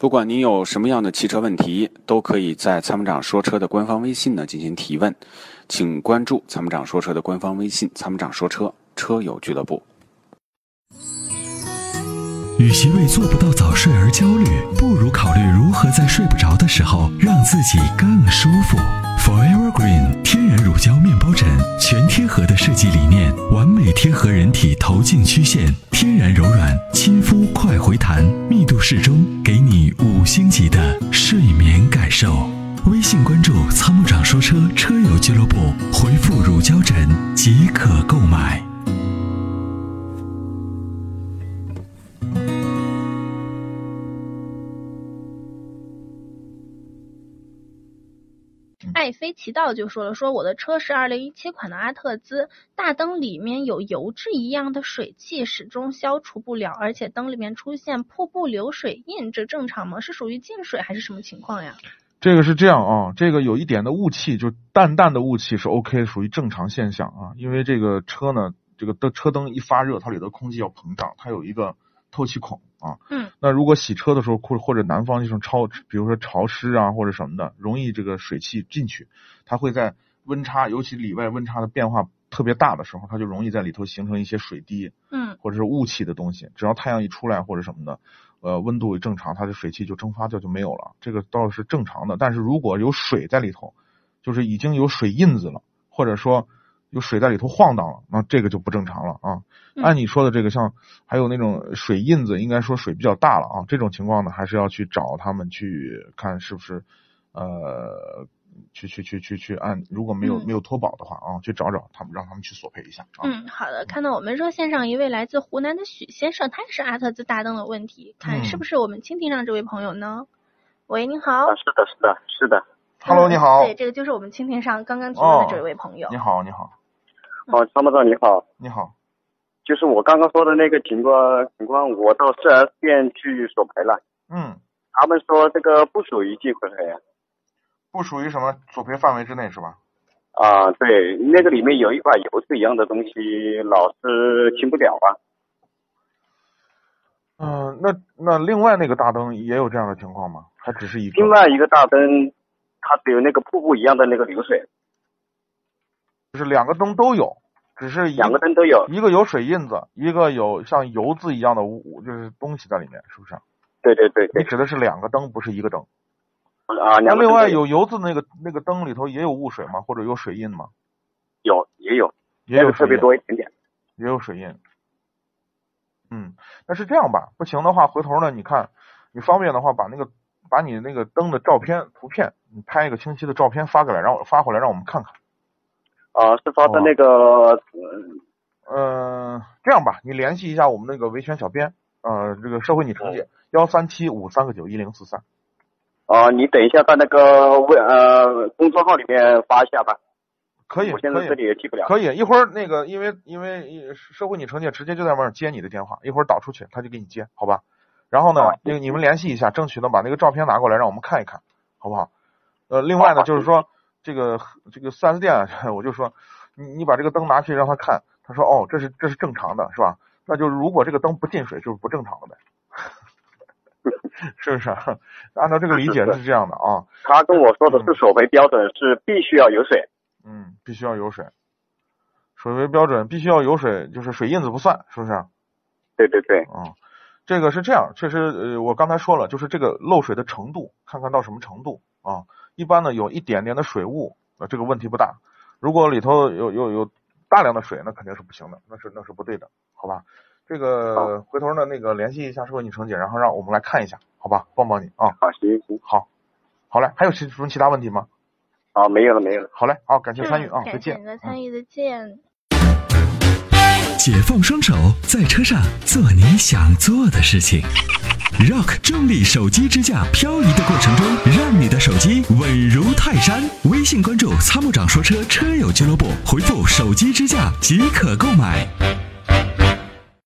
不管您有什么样的汽车问题，都可以在参谋长说车的官方微信呢进行提问，请关注参谋长说车的官方微信参谋长说车车友俱乐部。 与其为做不到早睡而焦虑，不如考虑如何在睡不着的时候让自己更舒服。 Forever Green 天然乳胶面包枕，全贴合的设计理念，完美贴合人体头颈曲线，天然柔软，亲肤快回弹，密度适中，给你5星级的睡眠感受。微信关注参谋长说车车友俱乐部，回复乳胶枕即可购买。 爱飞奇道就说了，说我的车是2017款的阿特兹，大灯里面有油质一样的水汽，始终消除不了，而且灯里面出现瀑布流水印，这正常吗？是属于进水还是什么情况呀？ 这个是这样啊，这个有一点的雾气，就淡淡的雾气是 OK， 属于正常现象啊。因为这个车呢，这个车灯一发热，它里的空气要膨胀，它有一个透气孔啊。那如果洗车的时候或者南方这种比如说潮湿啊或者什么的，容易这个水汽进去，它会在温差，尤其里外温差的变化特别大的时候，它就容易在里头形成一些水滴，或者是雾气的东西。只要太阳一出来或者什么的，温度正常，它的水汽就蒸发掉就没有了，这个倒是正常的。但是如果有水在里头，就是已经有水印子了，或者说有水在里头晃荡了，那这个就不正常了啊。按你说的这个，像还有那种水印子，应该说水比较大了啊，这种情况呢，还是要去找他们去看是不是去按，如果没有脱保的话啊，去找他们，让他们去索赔一下啊。 好的，看到我们热线上一位来自湖南的许先生，他也是阿特兹大灯的问题，看是不是我们蜻蜓上这位朋友呢？喂，您好。 是的。 Hello， 你好。 对，这个就是我们蜻蜓上刚刚提问的这位朋友。 你好。 参谋长你好。 你好。 就是我刚刚说的那个情况，我到4S店去索赔了。他们说这个不属于进口赔啊。 不属于什么索赔范围之内是吧？ 对，那个里面有一把油质一样的东西，老是清不了啊。 那另外那个大灯也有这样的情况吗？还只是一个？ 另外一个大灯，它只有那个瀑布一样的那个流水。 就是两个灯都有，只是两个灯都有， 一个有水印子，一个有像油渍一样的就是东西在里面，是不是？ 对。 你指的是两个灯，不是一个灯。 那另外有油渍那个灯里头也有雾水吗？或者有水印吗？ 也有特别多一点点， 也有水印。那是这样吧，不行的话，回头呢，你看你方便的话，把你那个灯的图片，你拍一个清晰的照片发回来让我们看看。 是发的那个这样吧，你联系一下我们那个维权小编，这个社会你程姐13753391043。 你等一下在那个公众号里面发一下吧。 可以， 我现在这里也记不了。 可以，一会儿那个因为社会你程姐直接就在外面接你的电话，一会儿导出去他就给你接，好吧？然后呢，你们联系一下，争取呢把那个照片拿过来让我们看一看，好不好？另外呢，就是说这个 4S 店，我就说你把这个灯拿去让他看，他说这是正常的，是吧？那就如果这个灯不进水就是不正常的呗。是不是？按照这个理解是这样的啊。 他跟我说的是索赔标准是必须要有水。 必须要有水。索赔标准必须要有水，就是水印子不算，是不是？ 对。 这个是这样，确实我刚才说了，就是这个漏水的程度，看看到什么程度啊。一般呢有一点点的水雾，这个问题不大。如果里头有大量的水，那肯定是不行的，那是不对的，好吧？这个回头呢那个联系一下社会你程姐，然后让我们来看一下，好吧？帮你啊。 好，行。 好嘞，还有什么其他问题吗？ 没有了。 好嘞，好，感谢参与啊，再见。 感谢您的参与，再见。 解放双手，在车上做你想做的事情。Rock 重力手机支架，漂移的过程中，让你的手机稳如泰山。微信关注参谋长说车车友俱乐部，回复手机支架即可购买。